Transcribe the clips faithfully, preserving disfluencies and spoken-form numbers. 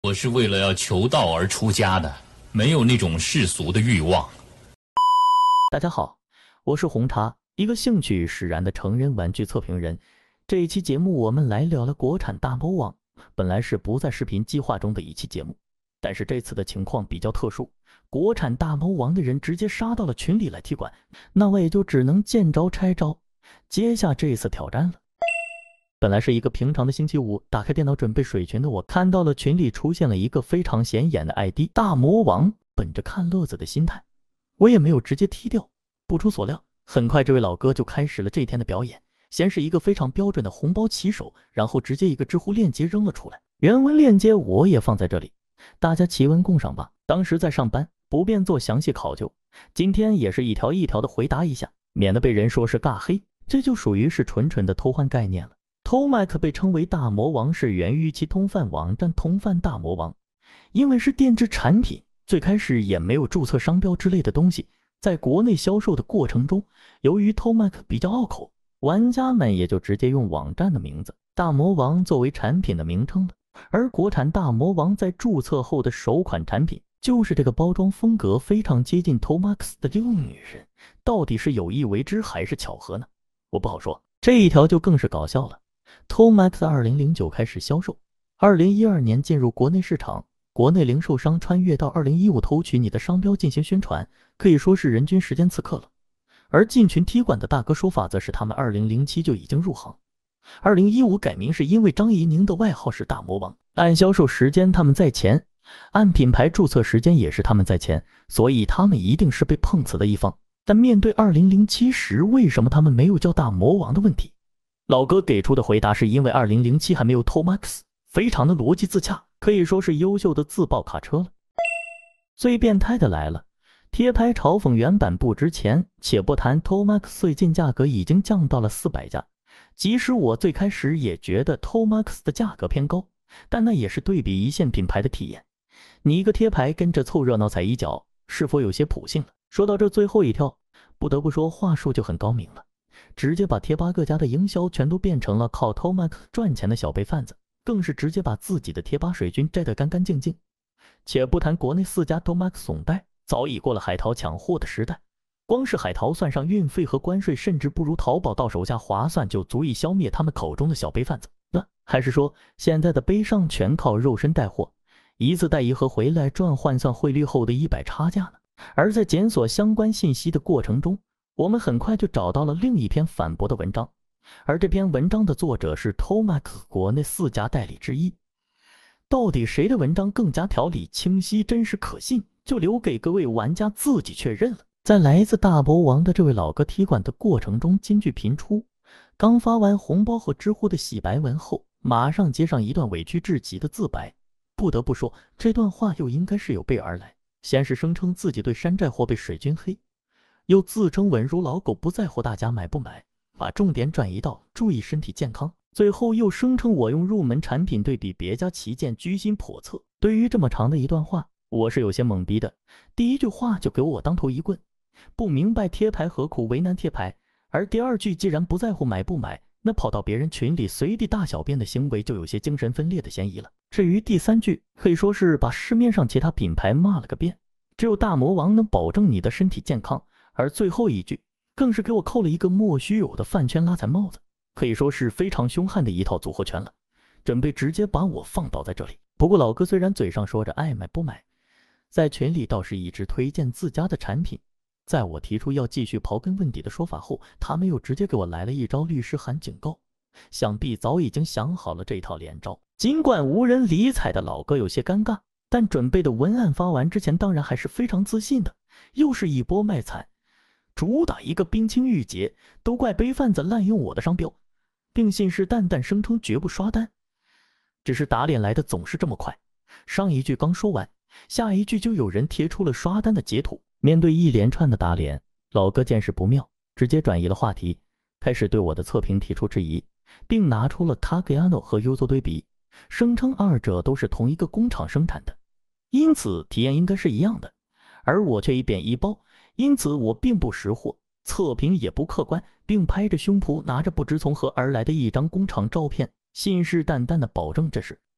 我是为了要求道而出家的，没有那种世俗的欲望。 大家好，我是红茶，一个兴趣使然的成人玩具测评人。这一期节目我们来聊聊国产大魔王。本来是不在视频计划中的一期节目，但是这次的情况比较特殊，国产大魔王的人直接杀到了群里来踢馆，那我也就只能见招拆招，接下这次挑战了。本来是一个平常的星期五，打开电脑准备水群的我，看到了群里出现了一个非常显眼的 I D 大魔王。本着看乐子的心态，我也没有直接踢掉。不出所料，很快这位老哥就开始了这一天的表演。先是一个非常标准的红包起手，然后直接一个知乎链接扔了出来，原文链接我也放在这里，大家奇闻共赏吧。当时在上班，不便做详细考究，今天也是一条一条的回答一下，免得被人说是尬黑，这就属于是纯纯的偷换概念了。Tomac 被称为大魔王是源于其通贩网站通贩大魔王，因为是电子产品，最开始也没有注册商标之类的东西，在国内销售的过程中，由于 Tomac 比较拗口，玩家们也就直接用网站的名字大魔王作为产品的名称了。而国产大魔王在注册后的首款产品就是这个包装风格非常接近 Tomac 的六女人，到底是有意为之还是巧合呢？我不好说。这一条就更是搞笑了。Tomac 二零零九开始销售，二零一二年进入国内市场，国内零售商穿越到二零一五偷取你的商标进行宣传，可以说是人均时间刺客了。而进群踢馆的大哥说法则是他们二零零七就已经入行，二零一五改名是因为张怡宁的外号是大魔王，按销售时间他们在前，按品牌注册时间也是他们在前，所以他们一定是被碰瓷的一方。但面对二零零七时为什么他们没有叫大魔王的问题，老哥给出的回答是因为二零零七还没有 Tomac， 非常的逻辑自洽，可以说是优秀的自爆卡车了。最变态的来了，贴牌嘲讽原版不值钱，且不谈 Tomac 最近价格已经降到了四百加，即使我最开始也觉得 Tomac 的价格偏高，但那也是对比一线品牌的体验。你一个贴牌跟着凑热闹踩一脚，是否有些普信了？说到这最后一条，不得不说话术就很高明了，直接把贴吧各家的营销全都变成了靠 Tomac 赚钱的小背贩子，更是直接把自己的贴吧水军摘得干干净净。且不谈国内四家 Tomac 总代早已过了海淘抢货的时代，光是海淘算上运费和关税，甚至不如淘宝到手价划算，就足以消灭他们口中的小背贩子。那还是说现在的背上全靠肉身带货，一次带一盒回来赚换算汇率后的一百差价呢？而在检索相关信息的过程中，我们很快就找到了另一篇反驳的文章，而这篇文章的作者是 Tomac 国内四家代理之一。到底谁的文章更加条理清晰、真实可信，就留给各位玩家自己确认了。在来自大魔王的这位老哥踢馆的过程中，金句频出。刚发完红包和知乎的洗白文后，马上接上一段委屈至极的自白。不得不说，这段话又应该是有备而来。先是声称自己对山寨货被水军黑，又自称稳如老狗，不在乎大家买不买，把重点转移到注意身体健康。最后又声称我用入门产品对比别家旗舰居心叵测。对于这么长的一段话，我是有些懵逼的。第一句话就给我当头一棍，不明白贴牌何苦为难贴牌，而第二句既然不在乎买不买，那跑到别人群里随地大小便的行为就有些精神分裂的嫌疑了。至于第三句，可以说是把市面上其他品牌骂了个遍，只有大魔王能保证你的身体健康。而最后一句更是给我扣了一个莫须有的饭圈拉踩帽子，可以说是非常凶悍的一套组合拳了，准备直接把我放倒在这里。不过老哥虽然嘴上说着爱买不买，在群里倒是一直推荐自家的产品。在我提出要继续刨根问底的说法后，他们又直接给我来了一招律师函警告，想必早已经想好了这套连招。尽管无人理睬的老哥有些尴尬，但准备的文案发完之前当然还是非常自信的。又是一波卖惨，主打一个冰清玉洁，都怪背贩子滥用我的商标，并信誓旦旦声称绝不刷单。只是打脸来的总是这么快，上一句刚说完，下一句就有人贴出了刷单的截图。面对一连串的打脸，老哥见势不妙，直接转移了话题，开始对我的测评提出质疑，并拿出了 Tagiano 和 Yuzo 对比，声称二者都是同一个工厂生产的，因此体验应该是一样的。而我却一扁一包，因此我并不识货，测评也不客观，并拍着胸脯拿着不知从何而来的一张工厂照片，信誓旦旦地保证这是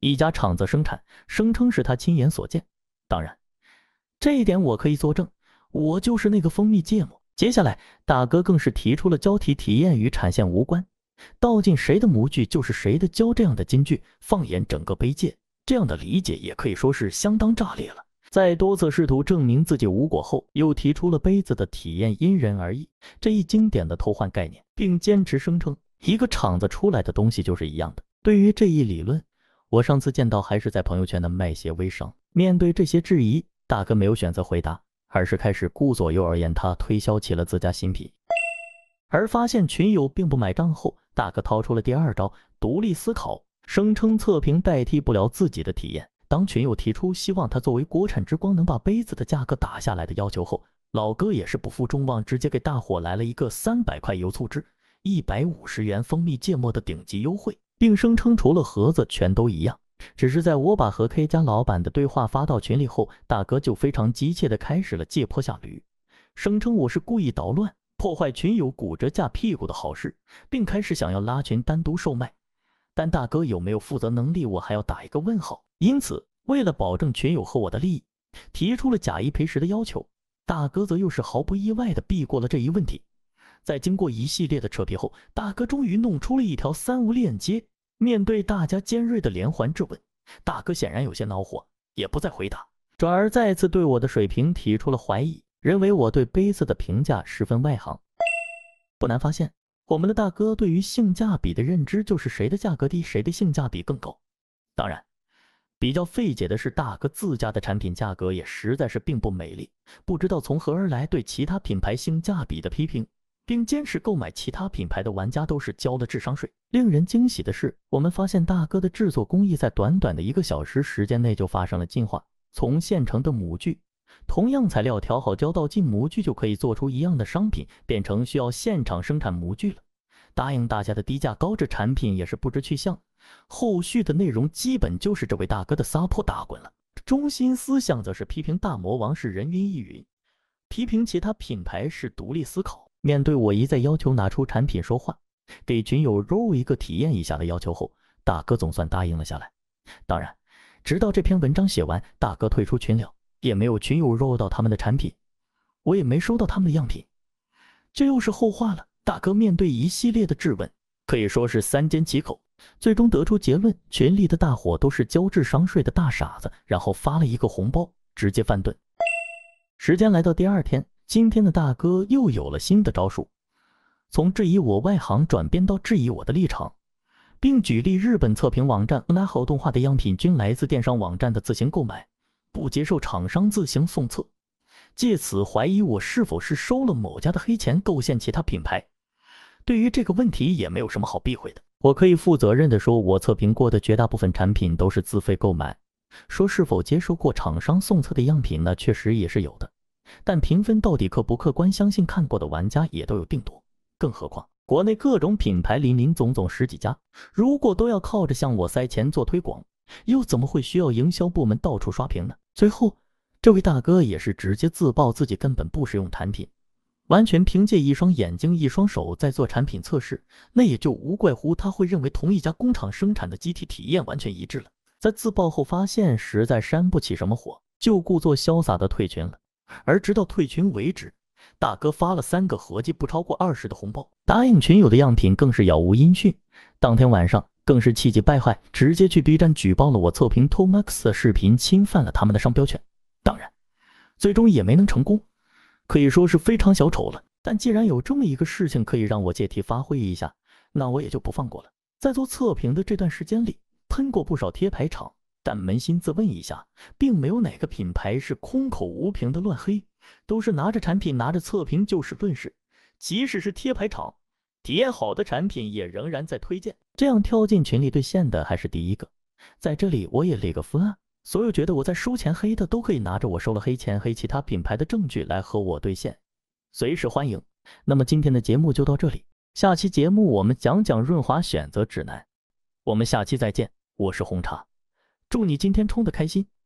一家厂子生产，声称是他亲眼所见。当然，这一点我可以作证，我就是那个蜂蜜芥末。接下来，大哥更是提出了胶体体验与产线无关，倒进谁的模具就是谁的胶这样的金句，放眼整个杯界，这样的理解也可以说是相当炸裂了。在多次试图证明自己无果后，又提出了杯子的体验因人而异这一经典的偷换概念，并坚持声称一个厂子出来的东西就是一样的。对于这一理论，我上次见到还是在朋友圈的卖鞋微商。面对这些质疑，大哥没有选择回答，而是开始顾左右而言他，推销起了自家新品。而发现群友并不买账后，大哥掏出了第二招，独立思考，声称测评代替不了自己的体验。当群友提出希望他作为国产之光能把杯子的价格打下来的要求后，老哥也是不负众望，直接给大伙来了一个三百块邮促支一百五十元蜂蜜芥末的顶级优惠，并声称除了盒子全都一样。只是在我把和 K 家老板的对话发到群里后，大哥就非常急切地开始了借坡下驴，声称我是故意捣乱，破坏群友骨折架屁股的好事，并开始想要拉群单独售卖。但大哥有没有负责能力，我还要打一个问号。因此，为了保证群友和我的利益，提出了假一赔十的要求。大哥则又是毫不意外地避过了这一问题。在经过一系列的扯皮后，大哥终于弄出了一条三无链接。面对大家尖锐的连环质问，大哥显然有些恼火，也不再回答，转而再次对我的水平提出了怀疑，认为我对杯子的评价十分外行。不难发现，我们的大哥对于性价比的认知就是谁的价格低，谁的性价比更高。当然，比较费解的是，大哥自家的产品价格也实在是并不美丽，不知道从何而来对其他品牌性价比的批评，并坚持购买其他品牌的玩家都是交了智商税。令人惊喜的是，我们发现大哥的制作工艺在短短的一个小时时间内就发生了进化，从现成的模具，同样材料调好胶倒进模具就可以做出一样的商品，变成需要现场生产模具了。答应大家的低价高质产品也是不知去向，后续的内容基本就是这位大哥的撒泼打滚了。中心思想则是批评大魔王是人云亦云，批评其他品牌是独立思考。面对我一再要求拿出产品说话，给群友揉一个体验一下的要求后，大哥总算答应了下来。当然，直到这篇文章写完，大哥退出群聊，也没有群友揉到他们的产品，我也没收到他们的样品，这又是后话了。大哥面对一系列的质问，可以说是三缄其口，最终得出结论，群里的大伙都是交智商税的大傻子，然后发了一个红包，直接翻顿。时间来到第二天，今天的大哥又有了新的招数，从质疑我外行转变到质疑我的立场，并举例日本测评网站 N A H O 动画的样品均来自电商网站的自行购买，不接受厂商自行送测，借此怀疑我是否是收了某家的黑钱构陷其他品牌。对于这个问题也没有什么好避讳的，我可以负责任地说，我测评过的绝大部分产品都是自费购买。说是否接受过厂商送测的样品呢，确实也是有的，但评分到底客不客观，相信看过的玩家也都有定夺。更何况国内各种品牌林林总总十几家，如果都要靠着向我塞钱做推广，又怎么会需要营销部门到处刷屏呢？最后，这位大哥也是直接自曝自己根本不使用产品，完全凭借一双眼睛一双手在做产品测试，那也就无怪乎他会认为同一家工厂生产的机体体验完全一致了。在自曝后发现实在煽不起什么火，就故作潇洒的退群了。而直到退群为止，大哥发了三个合计不超过二十的红包，答应群友的样品更是杳无音讯。当天晚上更是气急败坏，直接去 B 站举报了我测评 Tomax 的视频侵犯了他们的商标权。当然最终也没能成功，可以说是非常小丑了。但既然有这么一个事情可以让我借题发挥一下，那我也就不放过了。在做测评的这段时间里，喷过不少贴牌厂，但扪心自问一下，并没有哪个品牌是空口无凭的乱黑，都是拿着产品拿着测评就事论事。即使是贴牌厂，体验好的产品也仍然在推荐。这样跳进群里兑现的还是第一个。在这里我也立个分啊，所有觉得我在收钱黑的都可以拿着我收了黑钱黑其他品牌的证据来和我兑现，随时欢迎。那么今天的节目就到这里，下期节目我们讲讲润滑选择指南。我们下期再见，我是红茶，祝你今天冲得开心。